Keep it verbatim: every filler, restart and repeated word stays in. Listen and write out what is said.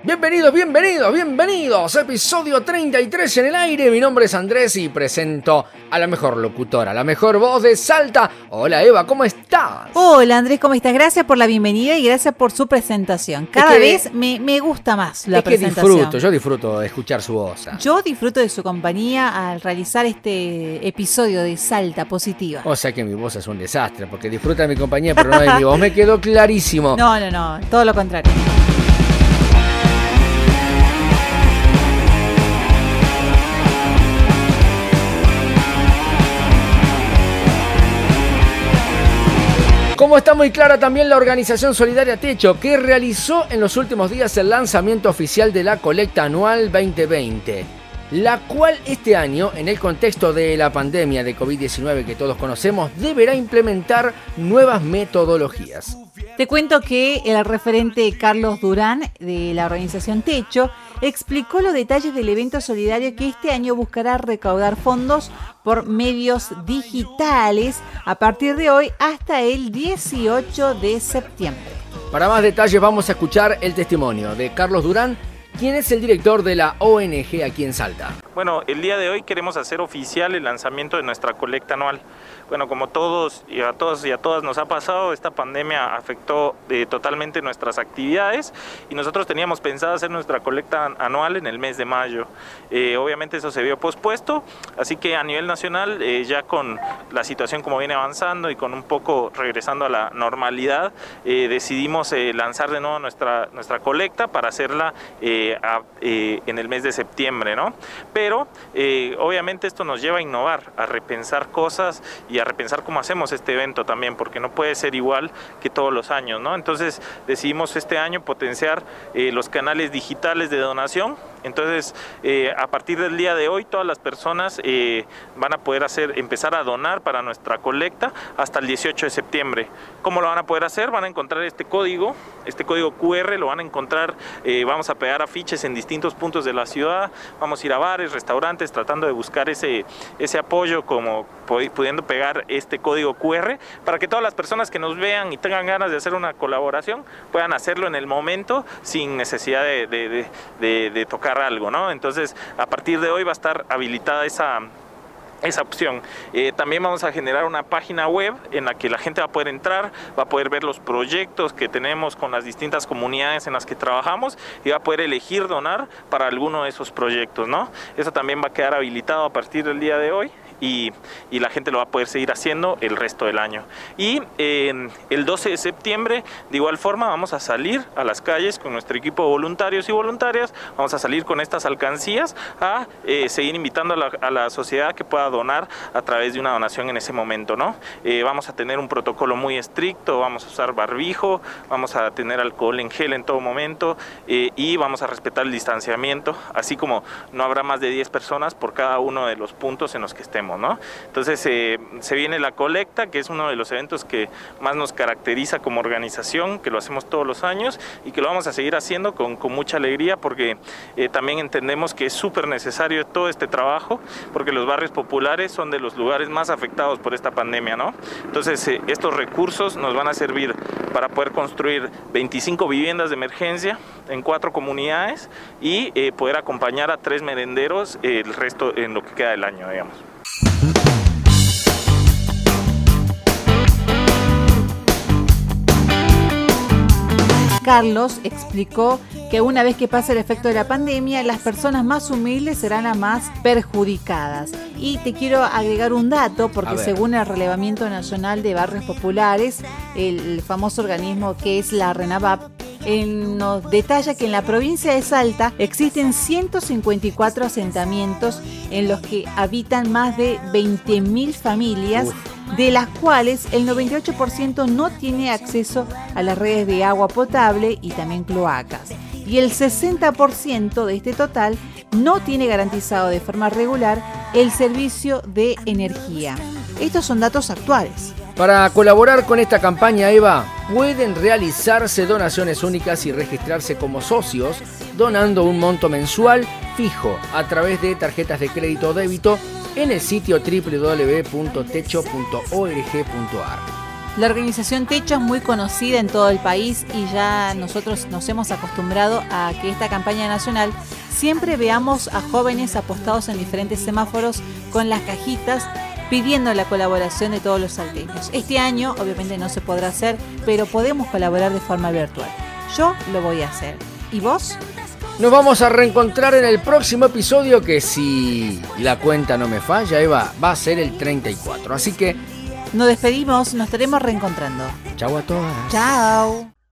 Bienvenidos, bienvenidos, bienvenidos. Episodio treinta y tres en el aire. Mi nombre es Andrés y presento a la mejor locutora, la mejor voz de Salta. Hola Eva, ¿cómo estás? Hola Andrés, ¿cómo estás? Gracias por la bienvenida y gracias por su presentación. Cada que, vez me, me gusta más la es presentación. Que disfruto, yo disfruto de escuchar su voz. Yo disfruto de su compañía al realizar este episodio de Salta Positiva. O sea que mi voz es un desastre, porque disfruta de mi compañía, pero no de mi voz. Me quedó clarísimo. No, no, no, todo lo contrario. Como está muy clara también la organización Solidaria Techo, que realizó en los últimos días el lanzamiento oficial de la colecta anual veinte veinte, la cual este año, en el contexto de la pandemia de covid diecinueve que todos conocemos, deberá implementar nuevas metodologías. Te cuento que el referente Carlos Durán de la organización Techo explicó los detalles del evento solidario que este año buscará recaudar fondos por medios digitales a partir de hoy hasta el dieciocho de septiembre. Para más detalles vamos a escuchar el testimonio de Carlos Durán, quien es el director de la O N G aquí en Salta. Bueno, el día de hoy queremos hacer oficial el lanzamiento de nuestra colecta anual. Bueno, como todos y a todos y a todas nos ha pasado, esta pandemia afectó eh, totalmente nuestras actividades y nosotros teníamos pensado hacer nuestra colecta anual en el mes de mayo. Eh, obviamente eso se vio pospuesto, así que a nivel nacional, eh, ya con la situación como viene avanzando y con un poco regresando a la normalidad, eh, decidimos eh, lanzar de nuevo nuestra, nuestra colecta para hacerla eh, a, eh, en el mes de septiembre, ¿no? Pero eh, obviamente esto nos lleva a innovar, a repensar cosas y a repensar cómo hacemos este evento también, porque no puede ser igual que todos los años, ¿no? Entonces decidimos este año potenciar eh, los canales digitales de donación. Entonces eh, a partir del día de hoy todas las personas eh, van a poder hacer, empezar a donar para nuestra colecta hasta el dieciocho de septiembre. ¿Cómo lo van a poder hacer? Van a encontrar este código, este código Q R, lo van a encontrar, eh, vamos a pegar afiches en distintos puntos de la ciudad, vamos a ir a bares, restaurantes, tratando de buscar ese, ese apoyo, como pudiendo pegar este código Q R para que todas las personas que nos vean y tengan ganas de hacer una colaboración puedan hacerlo en el momento sin necesidad de, de, de, de, de tocar algo, ¿no? Entonces a partir de hoy va a estar habilitada esa esa opción. Eh, también vamos a generar una página web en la que la gente va a poder entrar, va a poder ver los proyectos que tenemos con las distintas comunidades en las que trabajamos y va a poder elegir donar para alguno de esos proyectos, ¿no? Eso también va a quedar habilitado a partir del día de hoy. Y, y la gente lo va a poder seguir haciendo el resto del año. Y eh, el doce de septiembre, de igual forma, vamos a salir a las calles con nuestro equipo de voluntarios y voluntarias, vamos a salir con estas alcancías a eh, seguir invitando a la, a la sociedad que pueda donar a través de una donación en ese momento, ¿no? Eh, vamos a tener un protocolo muy estricto, vamos a usar barbijo, vamos a tener alcohol en gel en todo momento eh, y vamos a respetar el distanciamiento, así como no habrá más de diez personas por cada uno de los puntos en los que estemos, ¿no? Entonces eh, se viene la colecta, que es uno de los eventos que más nos caracteriza como organización, que lo hacemos todos los años y que lo vamos a seguir haciendo con, con mucha alegría, porque eh, también entendemos que es súper necesario todo este trabajo, porque los barrios populares son de los lugares más afectados por esta pandemia, ¿no? Entonces eh, estos recursos nos van a servir para poder construir veinticinco viviendas de emergencia en cuatro comunidades y eh, poder acompañar a tres merenderos eh, el resto en lo que queda del año, digamos. Carlos explicó que una vez que pase el efecto de la pandemia, las personas más humildes serán las más perjudicadas. Y te quiero agregar un dato, porque según el Relevamiento Nacional de Barrios Populares, el famoso organismo que es la RENAVAP, nos detalla que en la provincia de Salta existen ciento cincuenta y cuatro asentamientos en los que habitan más de veinte mil familias, Uf. de las cuales el noventa y ocho por ciento no tiene acceso a las redes de agua potable y también cloacas. Y el sesenta por ciento de este total no tiene garantizado de forma regular el servicio de energía. Estos son datos actuales. Para colaborar con esta campaña, Eva, pueden realizarse donaciones únicas y registrarse como socios, donando un monto mensual fijo a través de tarjetas de crédito o débito en el sitio doble u doble u doble u punto techo punto org punto a r. La organización Techo es muy conocida en todo el país y ya nosotros nos hemos acostumbrado a que esta campaña nacional siempre veamos a jóvenes apostados en diferentes semáforos con las cajitas pidiendo la colaboración de todos los salteños. Este año obviamente no se podrá hacer, pero podemos colaborar de forma virtual. Yo lo voy a hacer. ¿Y vos? Nos vamos a reencontrar en el próximo episodio que, si la cuenta no me falla, Eva, va a ser el treinta y cuatro. Así que nos despedimos, nos estaremos reencontrando. Chau a todas. Chao.